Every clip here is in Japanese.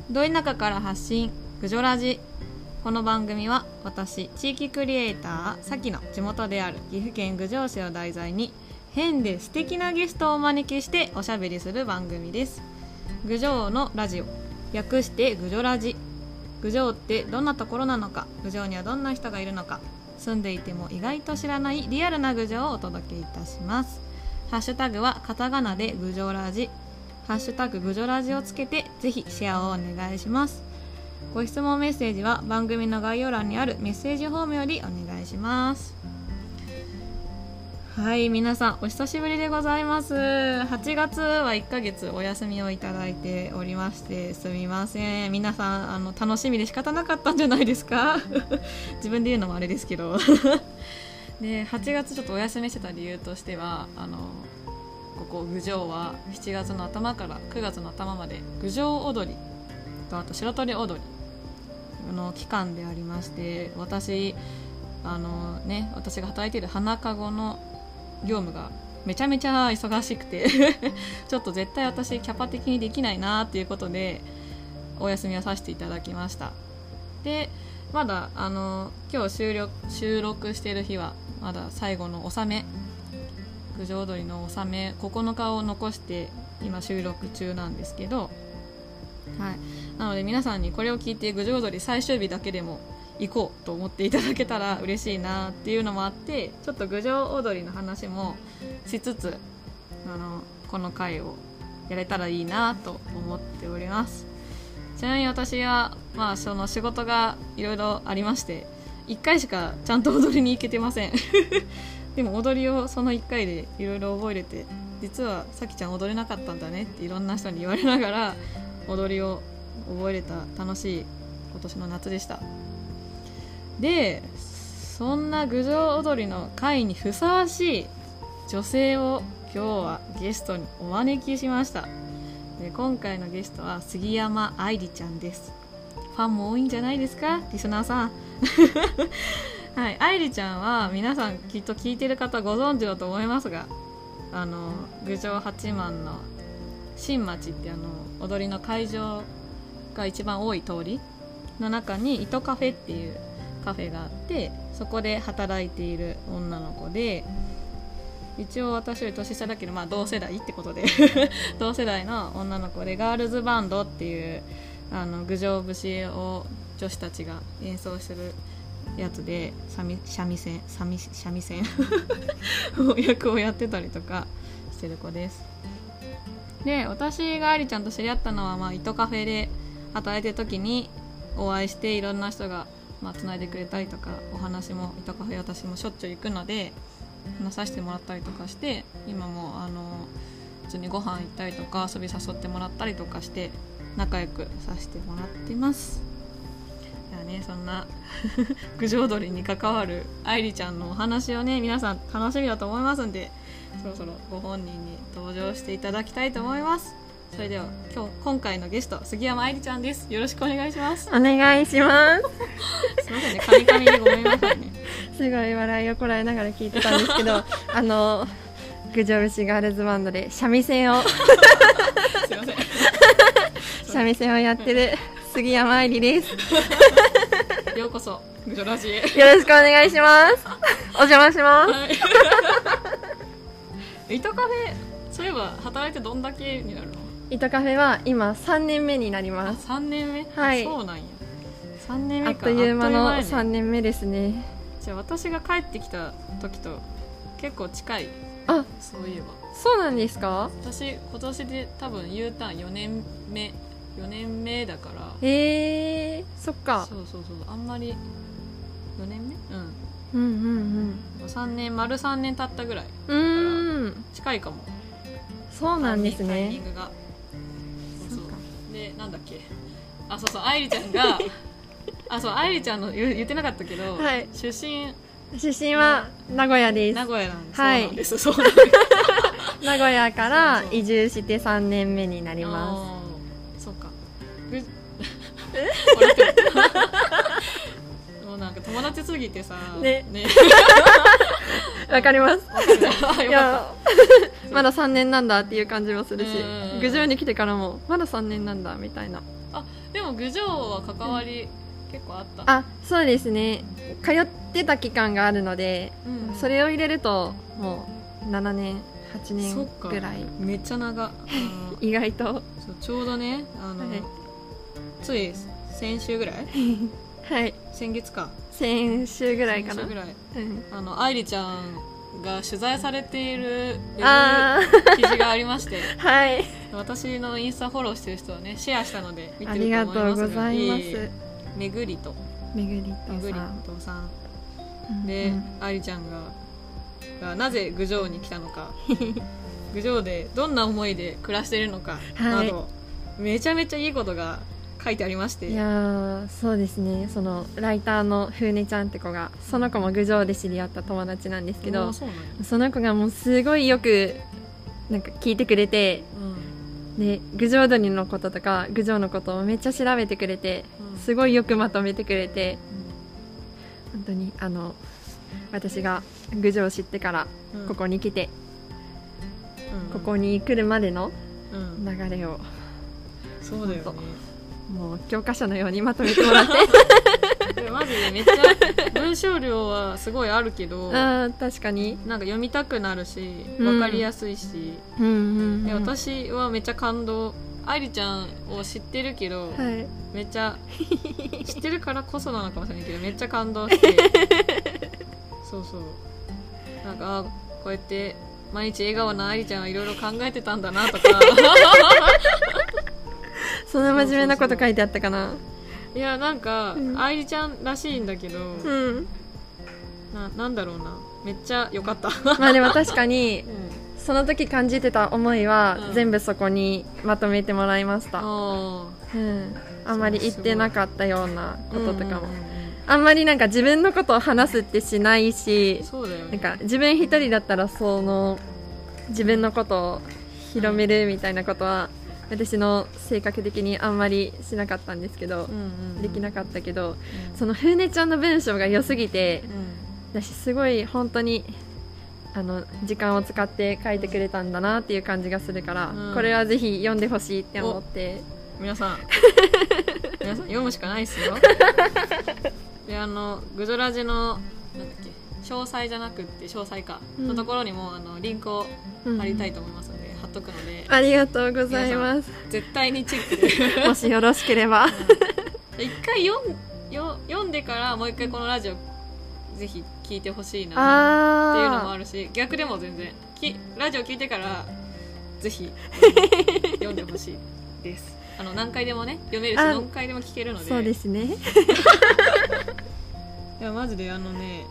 ど田舎から発信ぐじょラジ。この番組は私地域クリエイターさきの地元である岐阜県郡上市を題材に変で素敵なゲストをお招きしておしゃべりする番組です。郡上のラジオ、略してぐじょラジ。郡上ってどんなところなのか、郡上にはどんな人がいるのか、住んでいても意外と知らないリアルな郡上をお届けいたします。ハッシュタグはカタカナでぐじょラジ、ハッシュタグぐじょラジをつけてぜひシェアをお願いします。ご質問メッセージは番組の概要欄にあるメッセージフォームよりお願いします。はい、皆さんお久しぶりでございます。8月は1ヶ月お休みをいただいておりましてすみません。皆さん楽しみで仕方なかったんじゃないですか自分で言うのもあれですけどで8月ちょっとお休みしてた理由としてはここ郡上は7月の頭から9月の頭まで郡上踊りとあと白鳥踊りの期間でありまして、私が働いている花かごの業務がめちゃめちゃ忙しくてちょっと絶対私キャパ的にできないなっていうことでお休みをさせていただきました。でまだ今日収録している日はまだ最後の納め、郡上踊りの納め9日を残して今収録中なんですけど、はい、なので皆さんにこれを聞いて郡上踊り最終日だけでも行こうと思っていただけたら嬉しいなっていうのもあって、ちょっと郡上踊りの話もしつつこの回をやれたらいいなと思っております。ちなみに私は、その仕事がいろいろありまして1回しかちゃんと踊りに行けてませんでも踊りをその1回でいろいろ覚えれて、実はさきちゃん踊れなかったんだねっていろんな人に言われながら踊りを覚えれた楽しい今年の夏でした。でそんな郡上踊りの会にふさわしい女性を今日はゲストにお招きしました。で今回のゲストは杉山愛理ちゃんです。ファンも多いんじゃないですかリスナーさんはい、愛理ちゃんは皆さんきっと聞いてる方ご存知だと思いますが、郡上八幡の新町って踊りの会場が一番多い通りの中に糸カフェっていうカフェがあって、そこで働いている女の子で、一応私より年下だけど、同世代ってことで同世代の女の子で、ガールズバンドっていう郡上節を女子たちが演奏するやつで三味線役をやってたりとかしてる子です。で私が愛理ちゃんと知り合ったのは、糸カフェで働いてる時にお会いして、いろんな人がつないでくれたりとか、お話も糸カフェ私もしょっちゅう行くので話させてもらったりとかして、今も普通にご飯行ったりとか遊び誘ってもらったりとかして仲良くさせてもらってます。いやね、そんな郡上踊りに関わる愛理ちゃんのお話をね、皆さん楽しみだと思いますんで、そろそろご本人に登場していただきたいと思います。それでは今回のゲスト杉山愛理ちゃんです。よろしくお願いします。 お願いしますすいませんね、カミカミでごめんなさいねすごい笑いをこらえながら聞いてたんですけど郡上節ガールズバンドで三味線をすいません三味線をやってる杉山愛理ですようこそ郡上ラジへよろしくお願いしますお邪魔します、 はい、糸カフェ、そういえば働いてどんだけになるの？ 糸カフェは今3年目になります。 3年目？ はい、 そうなんや。3年目か。 あっという間の3年目ですね。 じゃあ私が帰ってきた時と結構近い。 あ、 そういえばそうなんですか？ 私今年で多分 U ターン4年目だから。 そっか。 そうあんまり4年目？ 3 年丸3年経ったぐらい。近いかも。 そうなんですね。 タイミングが。でなんだっけ、愛理ちゃんが愛理ちゃんの言ってなかったけど、 はい、 出身は名古屋です。 名古屋なんです。 はい、 そうなんです。そうなんです名古屋から移住して3年目になります。そうか。もうなんか友達すぎてさねわかりますいやまだ3年なんだっていう感じもするし、郡上に来てからもまだ3年なんだみたいな。 でも郡上は関わり結構あった。 あ、そうですね。通ってた期間があるので、 うん、 それを入れるともう7年8年ぐらい。 めっちゃ長。 意外とそうちょうどねはい、つい先週ぐらいはい、 先月か、 先週ぐらいかな。 先週ぐらい、 うん、 愛梨ちゃんが取材されている記事がありましてはい、 私のインスタフォローしてる人はねシェアしたので見てると思いますが、 ありがとうございます。 めぐりとさんで、愛梨ちゃんがなぜ郡上に来たのか郡上でどんな思いで暮らしているのかなど、めちゃめちゃいいことが書いてありまして。 いやそうですね、そのライターのふうねちゃんって子が、その子も郡上で知り合った友達なんですけど、その子がもうすごいよくなんか聞いてくれて、で郡上鳥のこととか郡上のことをめっちゃ調べてくれて、すごいよくまとめてくれて、本当に私が郡上を知ってからここに来て、ここに来るまでの流れを、 そうだよね、 もう教科書のようにまとめてもらってマジでめっちゃ文章量はすごいあるけど確かになんか読みたくなるし分かりやすいし、で私はめっちゃ感動。愛梨ちゃんを知ってるけど、はい、めっちゃ知ってるからこそなのかもしれないけどめっちゃ感動してそうそうなんかこうやって毎日笑顔な愛梨ちゃんはいろいろ考えてたんだなとかそんな真面目なこと書いてあったかな。 いやなんか、愛梨ちゃんらしいんだけど、なんだろうな、めっちゃ良かったまあでも確かに、その時感じてた思いは、全部そこにまとめてもらいました。あんまり言ってなかったようなこととかも、あんまりなんか自分のことを話すってしないし、 そうだよね、 なんか自分一人だったらその自分のことを広めるみたいなことは、私の性格的にあんまりしなかったんですけど、できなかったけど、そのふうねちゃんの文章が良すぎて、私すごい本当に時間を使って書いてくれたんだなっていう感じがするから、これはぜひ読んでほしいって思って。 皆さん読むしかないですよでグジョラジのなんだっけ、詳細じゃなくって詳細か、のところにもリンクを貼りたいと思いますので、貼っとくので。 ありがとうございます。 絶対にチェックでもしよろしければ一回読んでからもう一回このラジオぜひ聞いてほしいなっていうのもあるし、逆でも全然ラジオ聞いてからぜひ読んでほしいです。何回でもね読めるし何回でも聞けるので。 そうですねいやマジで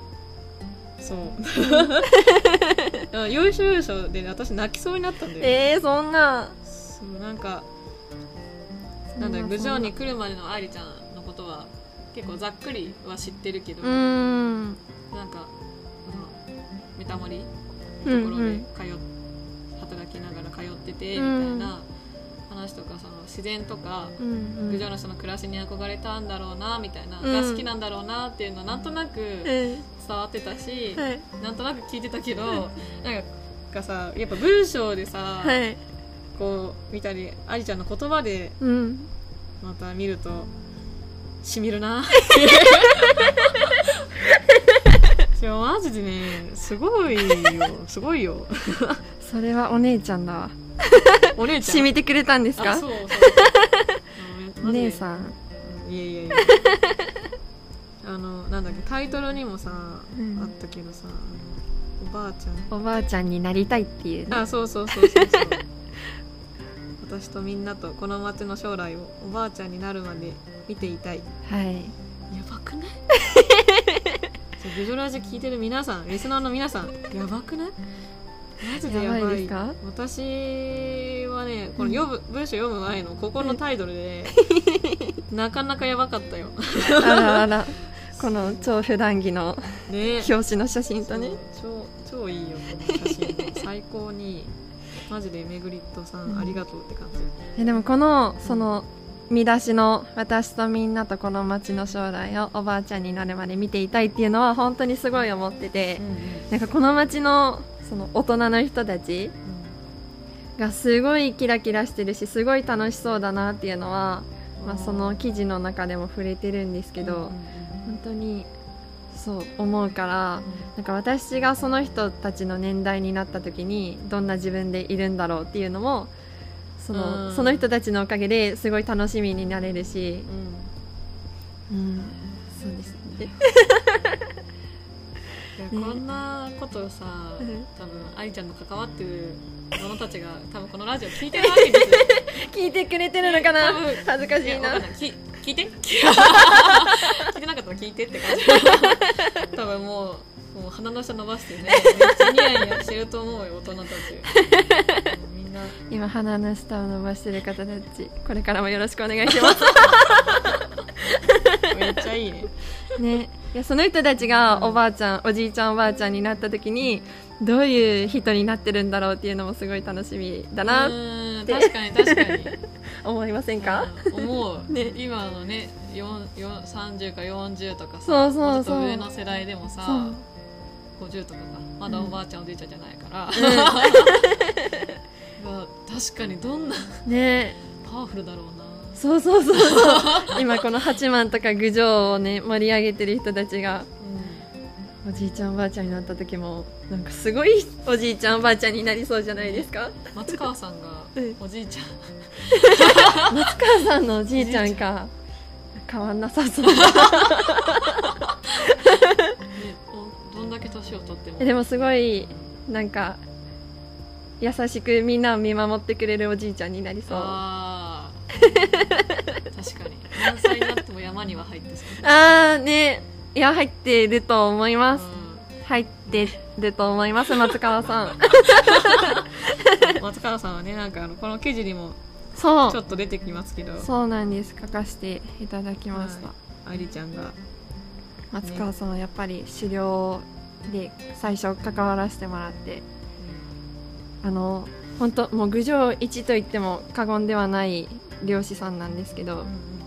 そう優勝で、ね、私泣きそうになったんだよ。 そんな。 そうなんかなんだ郡上に来るまでの愛梨ちゃんのことは結構ざっくりは知ってるけど、なんかメタモリのところで働きながら通っててみたいな話とか、その自然とか郡上の人の暮らしに憧れたんだろうなみたいな、が好きなんだろうなっていうのはなんとなく伝わってたし、なんとなく聞いてたけど、なんかさやっぱ文章でさ、こう見たり愛梨ちゃんの言葉でまた見るとしみるないやマジでねすごいよすごいよそれはお姉ちゃんだわお姉ちゃん染みてくれたんですか。 そうお姉さん。 いやなんだっけ、タイトルにもさ、あったけどさ、おばあちゃんになりたいっていう、ね、 そう私とみんなとこの町の将来をおばあちゃんになるまで見ていたい。 はい。 やばくないグジョラジ聞いてる皆さん、リスナーの皆さん、やばくない？マジでやばい。 ですか？ 私はね、この文章読む前のここのタイトルでなかなかやばかったよあらこの超普段着の表紙の写真とね、 超いいよこの写真最高にマジでめぐりっとさん、ありがとうって感じ。 でもこのその見出しの私とみんなとこの町の将来をおばあちゃんになるまで見ていたいっていうのは本当にすごい思ってて、なんかこの町のその大人の人たちがすごいキラキラしてるし、すごい楽しそうだなっていうのはまあ、その記事の中でも触れてるんですけど、本当にそう思うから、なんか私がその人たちの年代になった時にどんな自分でいるんだろうっていうのもその人たちのおかげですごい楽しみになれるし、そうですねこんなことをさ、多分愛ちゃんの関わってる者たちが多分このラジオ聞いてるわけですよ聞いてくれてるのかな、恥ずかしいな。 聞いて聞いてなかったら聞いてって感じ多分もう鼻の下伸ばしてね、めっちゃニヤニヤしてると思うよ、大人たちみんな今鼻の下を伸ばしてる方たち、これからもよろしくお願いしますめっちゃいいね。いや、その人たちがおばあちゃん、おじいちゃんおばあちゃんになった時にどういう人になってるんだろうっていうのもすごい楽しみだなって確かに確かに思いませんか？ 思う、ね、今のね30か40とかさ、もうちょっと上の世代でもさ50とかか、まだおばあちゃん、おじいちゃんじゃないから、確かにどんなねパワフルだろうな。 そう今この八幡とか郡上をね盛り上げてる人たちが、おじいちゃんおばあちゃんになった時もなんかすごいおじいちゃんおばあちゃんになりそうじゃないですか。 松川さんがおじいちゃん松川さんのおじいちゃんか変わんなさそうどんだけ年を取ってもでもすごいなんか優しくみんなを見守ってくれるおじいちゃんになりそう。 あ確かに何歳になっても山には入ってそうね。いや入ってると思います、入ってると思います。松川さん松川さんはね、なんかこの記事にもちょっと出てきますけど、 そうなんです、書かせていただきました。 愛梨ちゃんが松川さんはやっぱり狩猟で最初関わらせてもらって、本当もう郡上一と言っても過言ではない漁師さんなんですけど、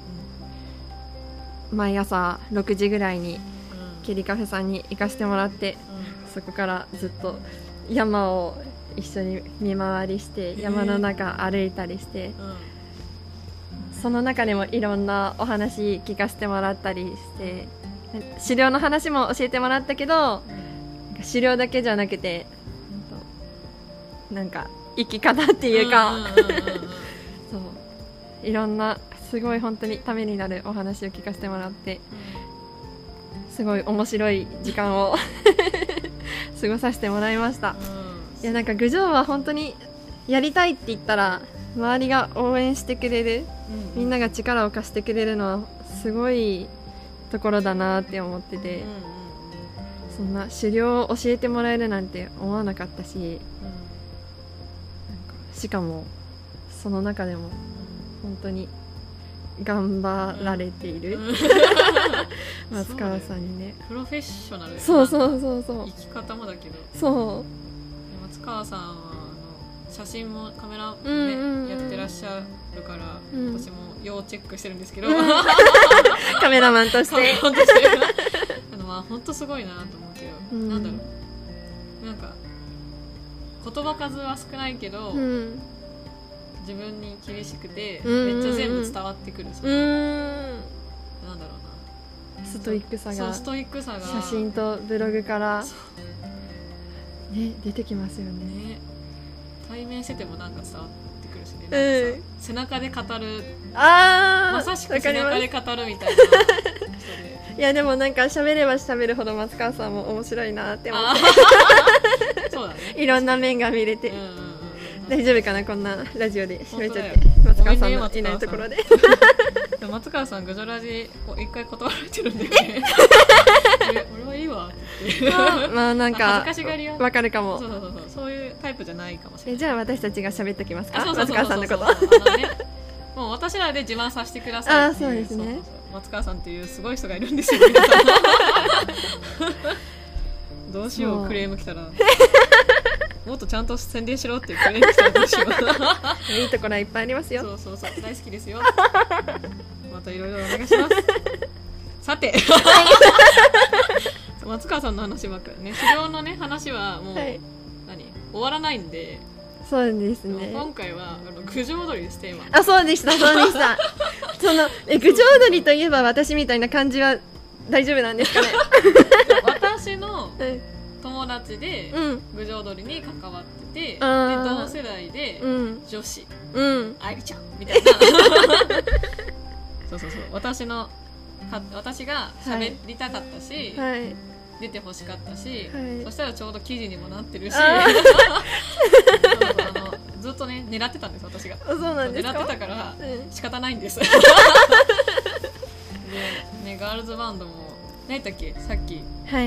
毎朝6時ぐらいにケリカフェさんに行かせてもらって、そこからずっと山を一緒に見回りして山の中歩いたりして、その中でもいろんなお話聞かせてもらったりして、狩猟の話も教えてもらったけど、狩猟だけじゃなくてなんか生き方っていうかそういろんなすごい本当にためになるお話を聞かせてもらって、すごい面白い時間を過ごさせてもらいました。いやなんか郡上は本当にやりたいって言ったら周りが応援してくれる、みんなが力を貸してくれるのはすごいところだなって思ってて、そんな狩猟を教えてもらえるなんて思わなかったし、なんかしかもその中でも本当に頑張られている、松川さんにね、 プロフェッショナル、 そう生き方もだけど、 そう松川さんは写真もカメラもね、やってらっしゃるから、私も要チェックしてるんですけど、 カメラマンとしてまあ本当すごいなと思うけど、なんだろう、なんか言葉数は少ないけど、自分に厳しくて、めっちゃ全部伝わってくる、なんだろうな、 ストイックさが写真とブログから、ね、出てきますよね。 対面しててもなんか伝わってくるしね、背中で語る、まさしく背中で語るみたいな人でいやでもなんか喋れば喋るほど松川さんも面白いなって思ってそうだね、 いろんな面が見れて、大丈夫かな、こんなラジオで喋っちゃって、松川さんのいないところで松川さんグジョラジ一回断られてるんだよね俺はいいわって言ってまあなんか恥ずかしがり屋、 わかるかも、 そういうタイプじゃないかもしれない。 じゃあ私たちが喋っときますか、松川さんのこともう私らで自慢させてくださいっていう。 そうですね、 松川さんっていうすごい人がいるんですよ皆さんどうしよう、クレーム来たらもっとちゃんと宣伝しろっていうクレーム来たらどうしよういいところはいっぱいありますよ。 そう大好きですよまたいろいろお願いしますさて松川さんの話ばっかりね、狩猟のね話はもう、終わらないんで、 そうですね、 今回は郡上踊りですテーマ。 そうでしたその郡上踊りといえば私みたいな感じは大丈夫なんですかね。 私の友達で郡上踊りに関わってて、で同世代で女子、愛理ちゃんみたいなそう私が喋りたかったし、出てほしかったし、そしたらちょうど記事にもなってるしずっとね狙ってたんです私が。 そうなんですか。 狙ってたから仕方ないんですで、ね、ガールズバンドも何だっけさっき、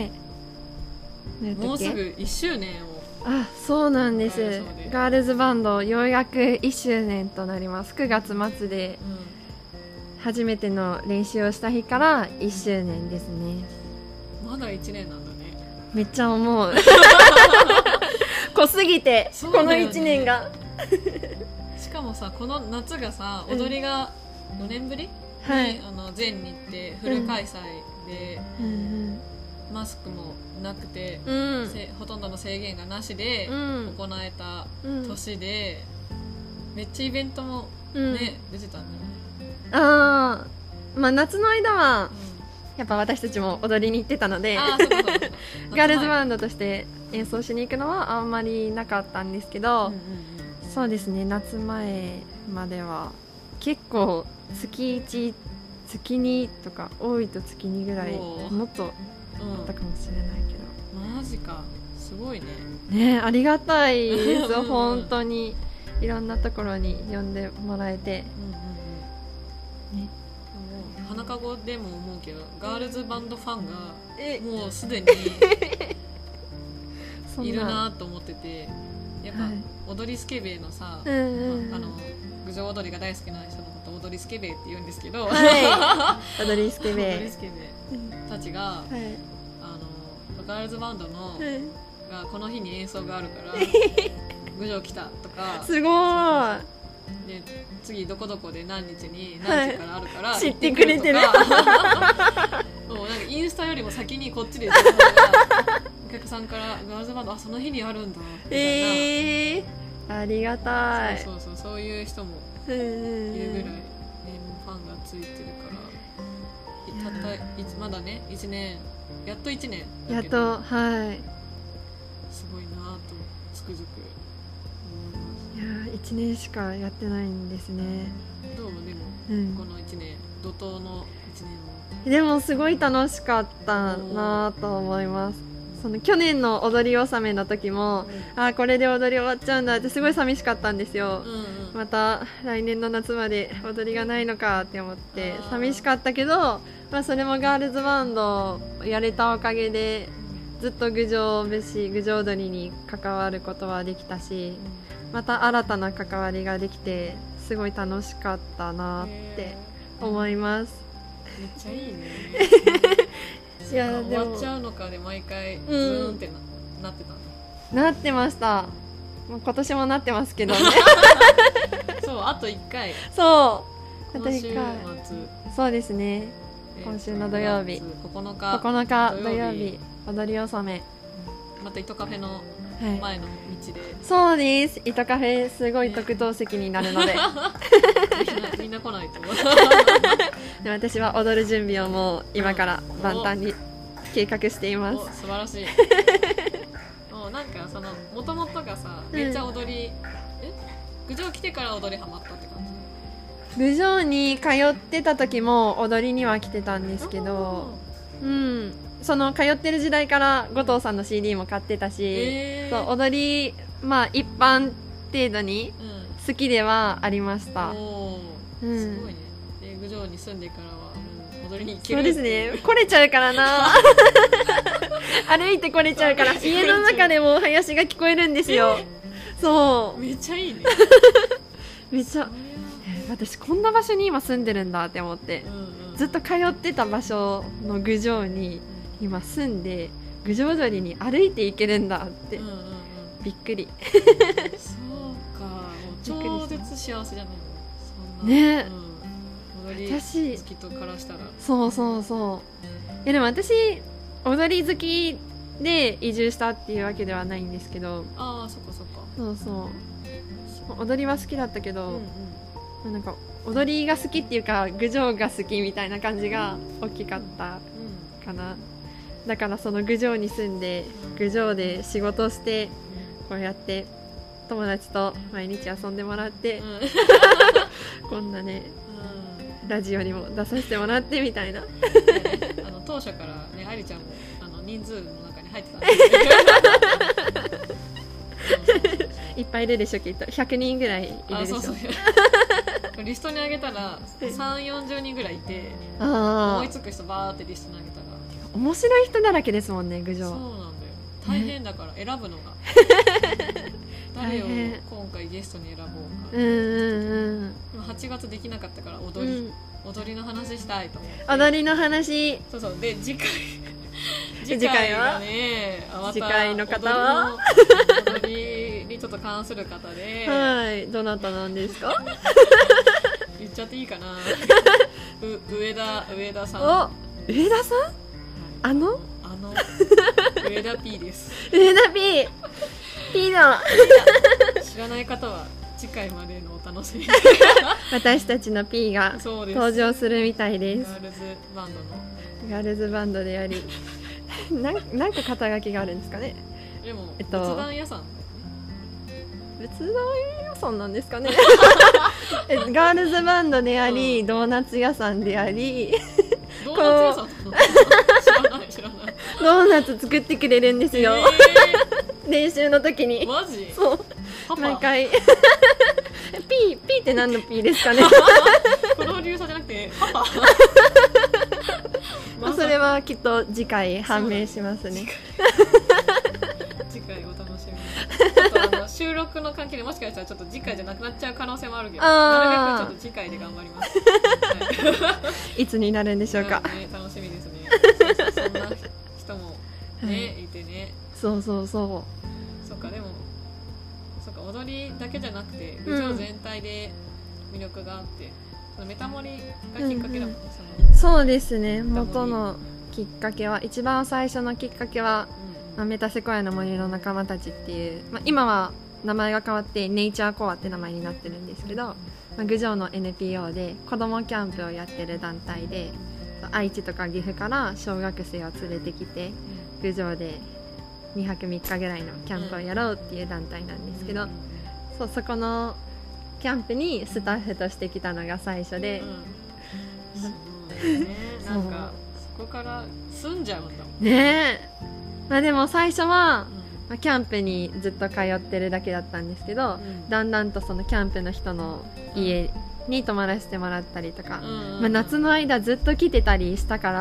もうすぐ1周年を。 あ、そうなんです。ガールズバンドようやく1周年となります。9月末で初めての練習をした日から1周年ですね。 まだ1年なんだね。 めっちゃ思う濃すぎて、この1年がしかもさ、この夏がさ、踊りが4年ぶりに、全日程フル開催で、マスクもなくて、ほとんどの制限がなしで行えた年で、めっちゃイベントもね、出てたんだよね。 まあ夏の間はやっぱ私たちも踊りに行ってたのでガールズバンドとして演奏しに行くのはあんまりなかったんですけど、そうですね、夏前までは結構月1月2とか、多いと月2ぐらいもっとあったかもしれないけど。 マジか、すごいね。 ね、ありがたいです本当にいろんなところに呼んでもらえて。 花かごでも思うけど、ガールズバンドファンがもうすでにいるなと思ってて、やっぱ踊りスケベのさ、郡上踊りが大好きな人のことを踊りスケベって言うんですけど、 踊りスケベたちが、ガールズバンドのがこの日に演奏があるから郡上来たとか、 すごーいで、次どこどこで何日に何時からあるから知ってくれてるもうなんかインスタよりも先にこっちで情報がお客さんからガールズバンドその日にあるんだみたいな、ありがたい。 そういう人もいるぐらい、ね、ファンがついてるから、たったまだね1年、やっと1年だけど、 やっと、 すごいなとつくづく。 いや1年しかやってないんですね。 どうもでも、この1年怒涛の1年を。 でもすごい楽しかったなと思います。その去年の踊り納めの時も、これで踊り終わっちゃうんだってすごい寂しかったんですよ。また来年の夏まで踊りがないのかって思って寂しかったけど、それもガールズバンドやれたおかげでずっと郡上節、郡上踊りに関わることはできたし、また新たな関わりができてすごい楽しかったなって思います。 めっちゃいいねいや終わっちゃうのかで毎回ズーンってなってたの。 なってました。今年もなってますけどねそう、あと1回。 そう、 今週末。 そうですね、今週の土曜日9日土曜日、踊り納め、 また糸カフェの前の道で、 そうです、糸カフェすごい特等席になるのでみんな来ないとで、私は踊る準備をもう今から万端に計画しています。 素晴らしいもうなんかその元々がさ、めっちゃ踊り、郡上来てから踊りハマったって感じ？ 郡上に通ってた時も踊りには来てたんですけど、その通ってる時代から後藤さんの CD も買ってたし、そう踊り、一般程度に好きではありました。 すごいね。で、郡上に住んでからはもう踊りに行ける。 そうですね、来れちゃうからな歩いて来れちゃうから家の中でも林が聞こえるんですよ。そう、 めっちゃいいねめっちゃ、私こんな場所に今住んでるんだって思って、ずっと通ってた場所の郡上に今住んで、郡上踊りに歩いて行けるんだって、びっくりそうか、もう超絶幸せじゃないのそんなね、 踊り好きとからしたら。 そういやでも私踊り好きで移住したっていうわけではないんですけど、 そっかそう踊りは好きだったけど、なんか踊りが好きっていうか郡上が好きみたいな感じが大きかったかな。だからその郡上に住んで郡上で仕事をしてこうやって友達と毎日遊んでもらって、こんなね、ラジオにも出させてもらってみたいな。 当初からね、愛梨ちゃんも人数の中に入ってたんですけどいっぱいいるでしょきっと。100人ぐらいいるでしょ。 リストにあげたら3、40人ぐらいいて、思いつく人バーってリストにあげたら面白い人だらけですもんね、郡上。 そうなんだよ、大変だから選ぶのが誰を今回ゲストに選ぼうか。でも8月できなかったから踊りの話したいと思って。 踊りの話。 そうそう。で次回がね、 次回の方は踊りにちょっと関する方で、 はい、どなたなんですか？ 言っちゃっていいかな。上田さん。 お、上田さん？ 上田 P です。 上田 P だ。 知らない方は次回までのお楽しみ。 私たちの P が登場するみたいです。ガールズバンドでありなんか肩書きがあるんですかね。 でも仏壇屋さん仏壇屋さんなんですかね。ガールズバンドであり、ドーナツ屋さんであり、 ドーナツ屋さん知らない。 ドーナツ作ってくれるんですよ、練習の時に。 マジ？ そう毎回P って何の P ですかね。 プロデューサーじゃなくてパパ。 それはきっと次回判明しますね。 次回お楽しみに。ちょっと収録の関係でもしかしたらちょっと次回じゃなくなっちゃう可能性もあるけど、なるべくちょっと次回で頑張ります。 いつになるんでしょうか。 楽しみですね。そんな人もね、いてね。 そうそっか。でも踊りだけじゃなくて郡上全体で魅力があって、メタモリがきっかけだもんね。 そうですね。元のきっかけは、一番最初のきっかけは、メタセコヤの森の仲間たちっていう、今は名前が変わってネイチャーコアって名前になってるんですけど、郡上の NPO で子どもキャンプをやってる団体で、愛知とか岐阜から小学生を連れてきて郡上で2泊3日ぐらいのキャンプをやろうっていう団体なんですけど、そこのキャンプにスタッフとして来たのが最初で、 なんかそこから住んじゃうんだもんね。でも最初は、キャンプにずっと通ってるだけだったんですけど、だんだんとそのキャンプの人の家に泊まらせてもらったりとか、夏の間ずっと来てたりしたから、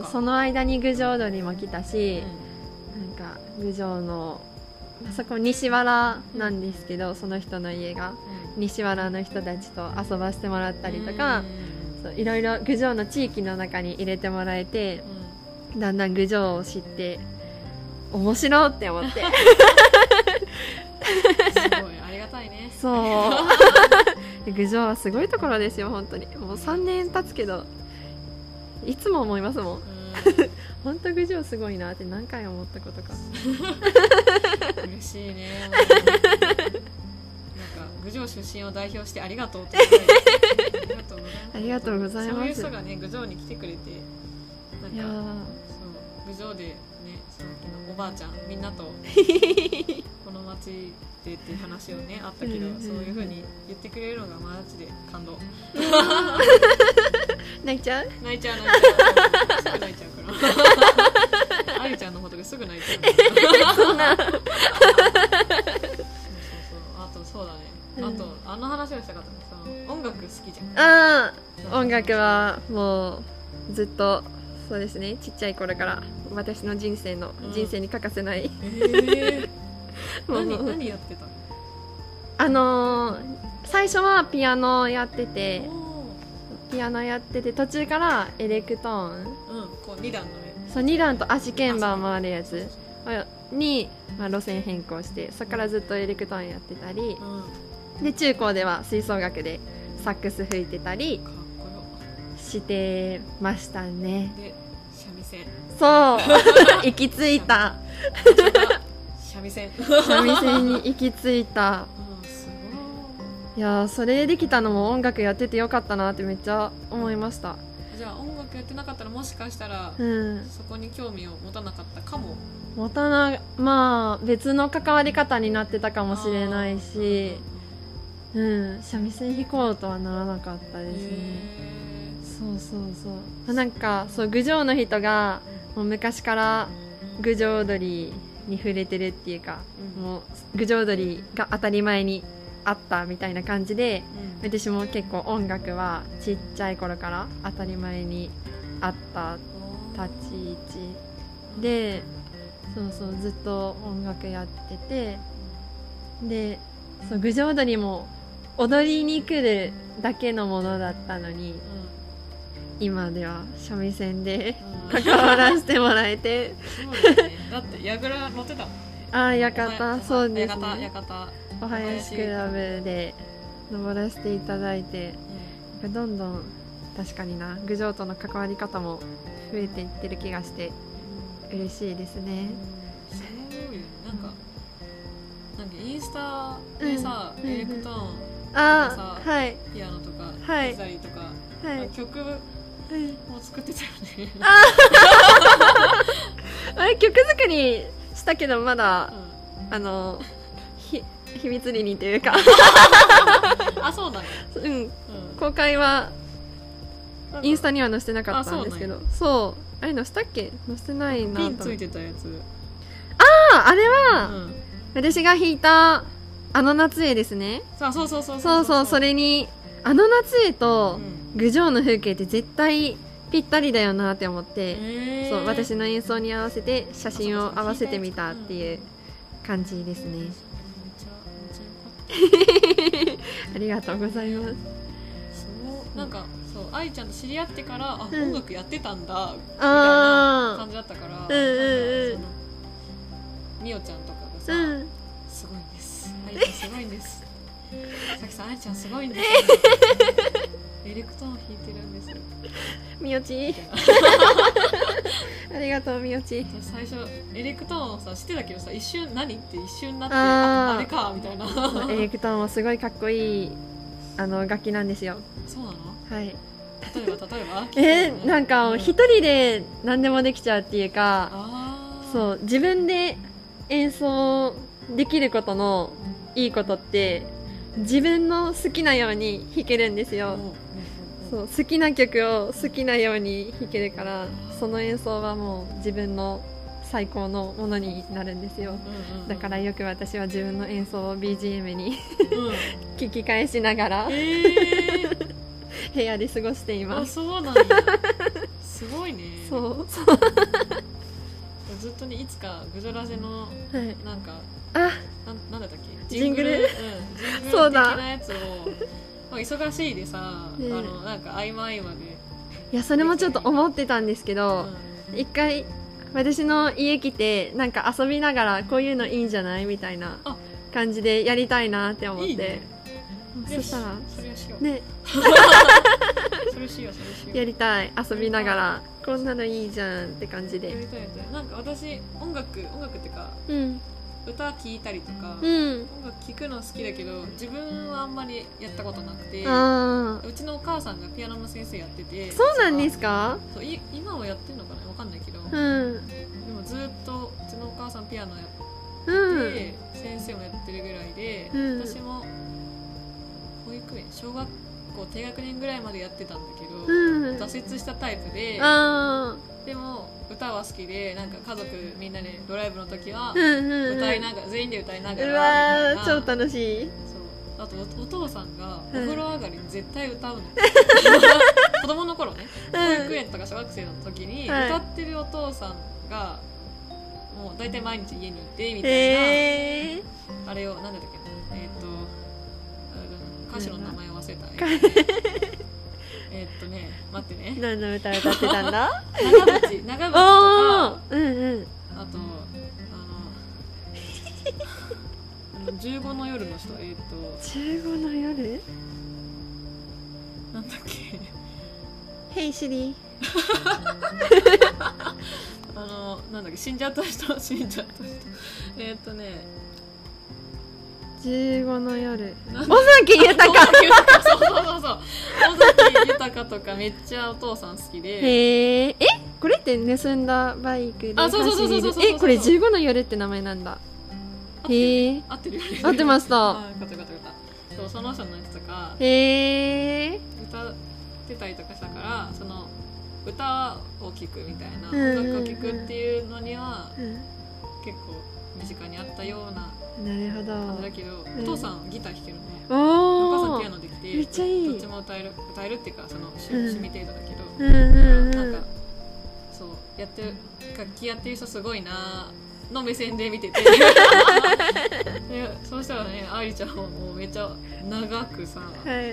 その間に郡上踊りも来たし、なんか郡上のそこ西原なんですけど、その人の家が西原の人たちと遊ばせてもらったりとか、いろいろ郡上の地域の中に入れてもらえて、だんだん郡上を知って面白いって思って。すごいありがたいね。 そう郡上はすごいところですよ本当に。もう3年経つけどいつも思いますもん。本当郡上すごいなって何回思ったことか。 嬉しいね。なんか郡上出身を代表してありがとうって言ってありがとうございます。 そういう人がね郡上に来てくれて、なんか郡上でね、そのおばあちゃんみんなとこの町でっていう話をねあったけど、そういう風に言ってくれるのがマジで感動。 泣いちゃう？ 泣いちゃうすぐ泣いちゃうからあゆちゃんのことですぐ泣いちゃうそんなそうあとそうだね、あとあの話をしたかったのさ、音楽好きじゃん。 音楽はもうずっとそうですね、ちっちゃい頃から私の人生に欠かせない、 何やってたの？最初はピアノやってて途中からエレクトーン、 こう2段のそう2段と足鍵盤もあるやつに、路線変更して、そこからずっとエレクトーンやってたり、で中高では吹奏楽でサックス吹いてたりしてましたね。 で三味線、 そう行き着いた三味線に行き着いた。 すいいやそれできたのも音楽やっててよかったなってめっちゃ思いました。 じゃあ音楽やってなかったらもしかしたら、そこに興味を持たなかったかも。 まあ別の関わり方になってたかもしれないし、三味線弾こうとはならなかったですね。そうなんかそう郡上の人がもう昔から郡上踊りに触れてるっていうか、もう郡上踊りが当たり前にあったみたいな感じで、私も結構音楽はちっちゃい頃から当たり前にあった立ち位置で、そうずっと音楽やってて、でそう郡上踊りも踊りに来るだけのものだったのに、今では三味線で関わらせてもらえてだって櫓乗ってたもんね。 館、そうですね、 館お囃子クラブで登らせていただいて、どんどん確かにな郡上との関わり方も増えていってる気がして嬉しいですね。 すごいよね。なんかインスタでさ、エレクトーンとかさ、ピアノとかギタリとか、曲も作ってたよね。 あれ曲作りしたけどまだ、秘密裏にというかそうだね。 公開はインスタには載せてなかったんですけど、あれ載せたっけ？載せてないなと。 ピンついてたやつ。 あれは、私が弾いたあの夏絵ですね。そうそれにあの夏絵と郡上の風景って絶対ぴったりだよなって思って、そう私の演奏に合わせて写真を合わせてみたっていう感じですね。ありがとうございます。 なんかそう愛ちゃんと知り合ってから音楽やってたんだみたいな感じだったから、みおちゃんとかがさ、すごいんです、愛ちゃんすごいんです、さきさん愛ちゃんすごいんです、エレクトーン弾いてるんです、 みおちありがとうみおち。 最初エレクトーンをさ知ってたけどさ、一瞬何って一瞬なって、あれかみたいな。 エレクトーンはすごいかっこいい楽器なんですよ。 そうなの？ はい。 例えばなんか一人で何でもできちゃうっていうか、そう自分で演奏できることのいいことって自分の好きなように弾けるんですよ。そう好きな曲を好きなように弾けるから、その演奏はもう自分の最高のものになるんですよ。だからよく私は自分の演奏を BGM に聞き返しながら、部屋で過ごしています。 そうなんや。すごいね。 そうずっとね、いつかグジョラジのなんか、なんだったっけ、 ジングル、 ジングル的なやつを忙しいでさ、なんか合間合間で、 いやそれもちょっと思ってたんですけど、一回私の家来てなんか遊びながらこういうのいいんじゃないみたいな感じでやりたいなって思って、そしたらそれしようねそれしようやりたい、遊びながらこんなのいいじゃんって感じで。 なんか私音楽っていうか、歌聴いたりとか、音楽聴くの好きだけど自分はあんまりやったことなくて、うちのお母さんがピアノの先生やってて。 そうなんですか？ そう今はやってるのかな、わかんないけど、でもずっとうちのお母さんピアノやって、先生もやってるぐらいで、私も保育園小学校低学年ぐらいまでやってたんだけど、挫折したタイプで、でも歌は好きで、なんか家族みんなでドライブの時は歌いながら、全員で歌いながらみたいな。 超楽しい。 そう、あとお父さんがお風呂上がりに絶対歌うの、子供の頃ね、保育園とか小学生の時に歌ってるお父さんがもう大体毎日家にいてみたいな、あれをなんだったっけ、歌手の名前を忘れた待ってね、 何の歌歌ってたんだ長渕とか、あと15の夜の人、 15の夜なんだっけ、 ヘイシリなんだっけ、死んじゃった人 15の夜尾崎豊そう尾崎豊とかめっちゃお父さん好きで。 へえ、これって盗んだバイクで走る。これ15の夜って名前なんだ。へえ、 合ってるよね。 合ってました。 よかったよかった。そう、その人のやつとかへえ、 歌ってたりとかしたから、その歌を聴くみたいな、 うん音楽を聴くっていうのには、 うん、 結構身近にあったようななるほど感じだけど、お父さんギター弾けるね。 おお母さんおピアノできて、 めっちゃいい。 どっちも歌えるっていうか、その趣味程度だけど、なんかそうやってる楽器やってる人すごいなの目線で見ててでそうしたらね、愛梨ちゃんはもうめっちゃ長くさ、 はい、 い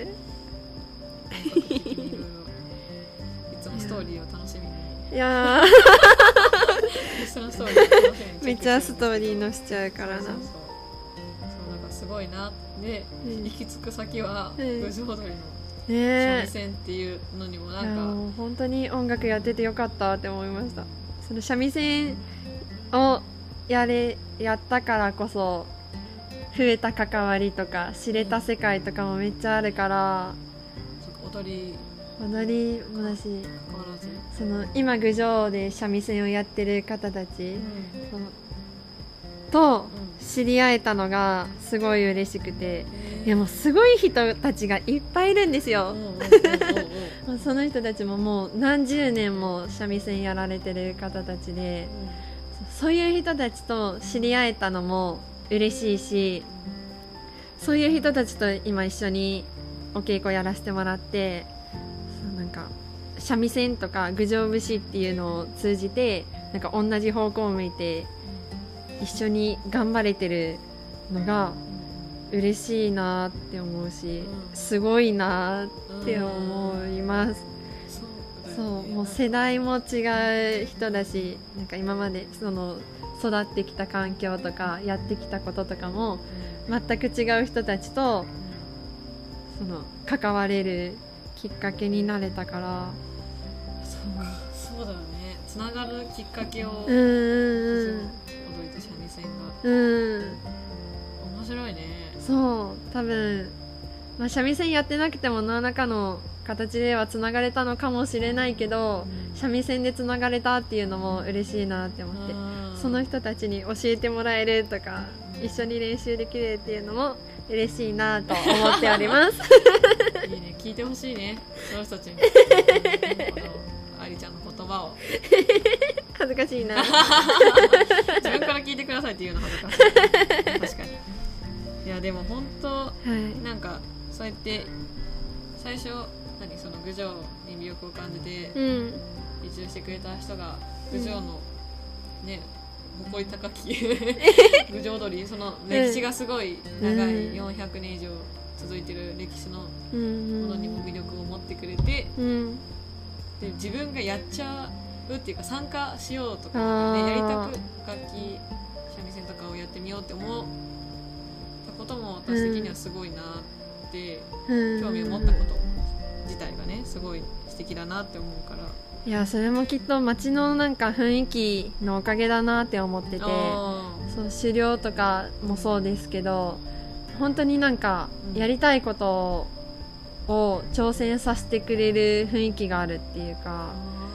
つもストーリーを楽しみに、 いやそのストーリーを楽しみにめっちゃストーリーのしちゃうからな。 そうなんかすごいなで、行き着く先は郡上踊りの三味線っていうのにもなんか、 もう本当に音楽やっててよかったって思いました。その三味線をやったからこそ増えた関わりとか知れた世界とかもめっちゃあるから、 踊りもだし、 関わらずその今郡上で三味線をやってる方たち、そのと知り合えたのがすごい嬉しくて、いやもうすごい人たちがいっぱいいるんですよ。その人たちももう何十年も三味線やられてる方たちで、そういう人たちと知り合えたのも嬉しいし、そういう人たちと今一緒にお稽古やらせてもらって、なんか三味線とか郡上節っていうのを通じてなんか同じ方向を向いて一緒に頑張れてるのが嬉しいなって思うし、すごいなって思います。そう、もう世代も違う人だし、なんか今までその育ってきた環境とかやってきたこととかも全く違う人たちとその関われるきっかけになれたから、 そうだよね、つながるきっかけを踊りと三味線が面白いね。 そう、多分、三味線やってなくても何らかの形ではつながれたのかもしれないけど、三味線でつながれたっていうのも嬉しいなって思って、その人たちに教えてもらえるとか、一緒に練習できるっていうのも嬉しいなと思っております。 いいね、聞いてほしいね、その人たちに愛梨ちゃんの言葉を。 恥ずかしいな。 自分から聞いてくださいっていうの恥ずかしい。確かに。いやでも本当、なんかそうやって最初その郡上に魅力を感じて移住してくれた人が郡上のね、誇り高き郡上踊り、その歴史がすごい長い400年以上続いてる歴史のものにも魅力を持ってくれて、で自分がやっちゃうっていうか参加しようとか、ね、やりたく楽器三味線とかをやってみようって思ったことも私的にはすごいなって興味を持ったこと自体がねすごい素敵だなって思うから。 いや、それもきっと街のなんか雰囲気のおかげだなって思ってて、そう狩猟とかもそうですけど、本当になんかやりたいことを挑戦させてくれる雰囲気があるっていうか、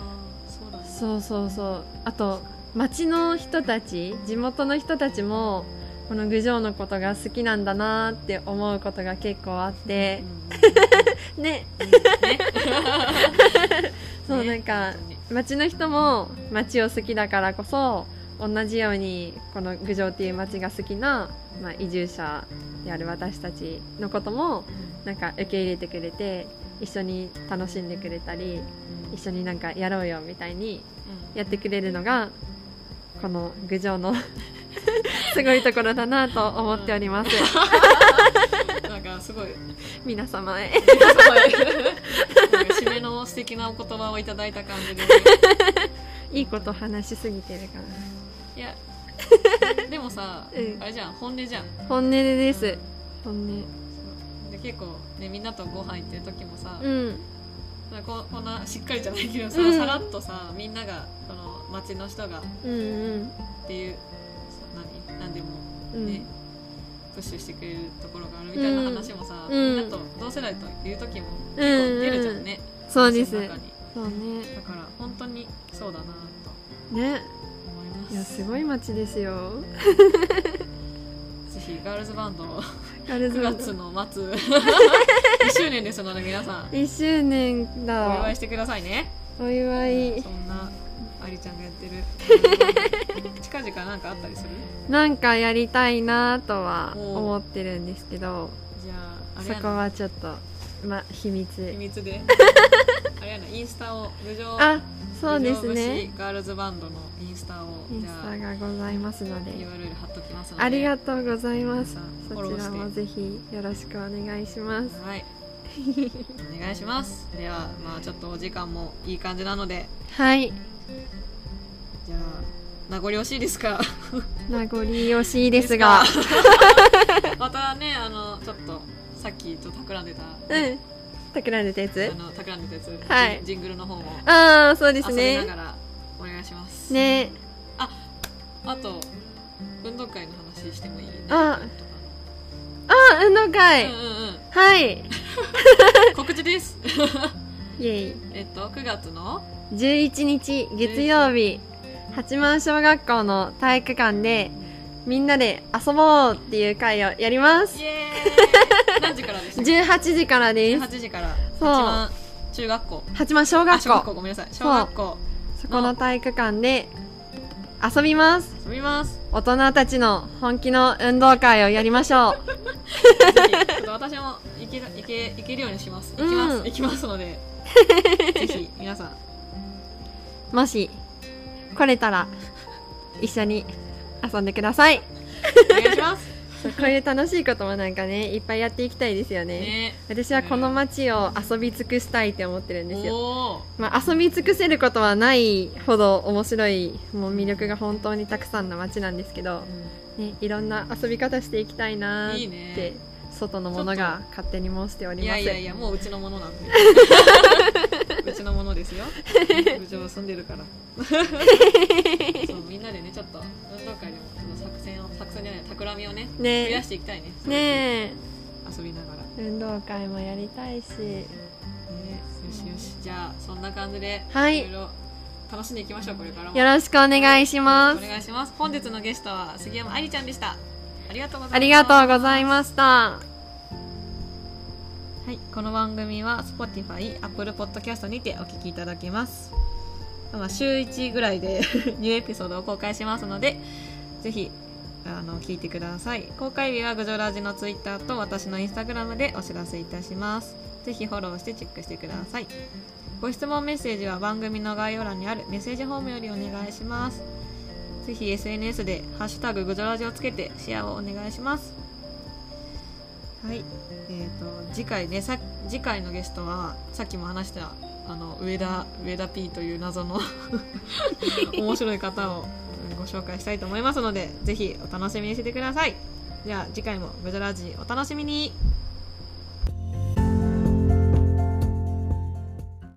そうあと街の人たち、地元の人たちもこの郡上のことが好きなんだなって思うことが結構あってねそうなんか町の人も町を好きだからこそ同じようにこの郡上っていう町が好きな、移住者である私たちのこともなんか受け入れてくれて一緒に楽しんでくれたり、一緒になんかやろうよみたいにやってくれるのがこの郡上のすごいところだなと思っております。 なんかすごい皆様へ締めの素敵なお言葉をいただいた感じでいいこと話しすぎてるかな。 いやでもさ、あれじゃん、本音じゃん。 本音です、本音で結構ね、みんなとご飯行ってる時もさ、こんなしっかりじゃないけどさ、さらっとさ、みんながその町の人がっていう、何でもね、 プッシュしてくれるところがあるみたいな話もさ、みんなと同世代という時も結構出るじゃんね、 そうです。そうね。 だから本当にそうだなとね。 思います。 いやすごい街ですよ。 ぜひガールズバンド 9 月の末1周年ですので皆さん 1周年だ。 お祝いしてくださいね。 お祝い。 そんなありちゃんがやってる近々なんかあったりする？ なんかやりたいなとは思ってるんですけど、 じゃあそこはちょっと秘密であれやな、インスタをそうですね、 ガールズバンドのインスタをインスタがございますので URL 貼っときますので、 ありがとうございます。そフォローしてちらもぜひよろしくお願いします。 はいお願いします。ではちょっとお時間もいい感じなので、 はい、 じゃあ名残惜しいですか？ 名残惜しいですがまたね、ちょっとさっきちょっと企んでた企んでたやつ、 はい、ジングルの方もそうですね、 遊びながらお願いしますね。 あと運動会の話してもいい？ 運動会、はい。 告知です。 イエイ。 9月の 11日月曜日、八幡小学校の体育館でみんなで遊ぼうっていう会をやります。 イエーイ。何時からですか ？18時からです。 18時から。 そう。 八幡中学校。 八幡小学校。 小学校、ごめんなさい。小学校。 そこの体育館で遊びます。大人たちの本気の運動会をやりましょう。 ぜひ私も行けるようにします。行きますので、ぜひ皆さんもし来れたら一緒に遊んでください。 お願いします。 こういう楽しいこともなんかね、いっぱいやっていきたいですよね。私はこの街を遊び尽くしたいって思ってるんですよ。遊び尽くせることはないほど面白い、もう魅力が本当にたくさんの街なんですけど、ね、いろんな遊び方していきたいなーって外のものが勝手に申しております。 いやもううちのものなんでうちのものですよ。部長住んでるからそう、みんなでね、ちょっと運動会でも作戦じゃない、企みをね増やしていきたいね。遊びながら運動会もやりたいし、 よし、じゃあそんな感じでいろいろ楽しんでいきましょう。これからもよろしくお願いします。 お願いします。本日のゲストは杉山愛理ちゃんでした。ありがとうございます。 ありがとうございました。 はい、この番組は Spotify、Apple Podcast にてお聞きいただけます。週1ぐらいでニューエピソードを公開しますので、ぜひ聞いてください。公開日はグジョラジの Twitter と私の Instagram でお知らせいたします。ぜひフォローしてチェックしてください。ご質問メッセージは番組の概要欄にあるメッセージフォームよりお願いします。ぜひ SNS でハッシュタググジョラジをつけてシェアをお願いします。はい、次回のゲストはさっきも話した上田 P という謎の面白い方をご紹介したいと思いますので、ぜひお楽しみにしててください。では次回もグジョラジお楽しみに。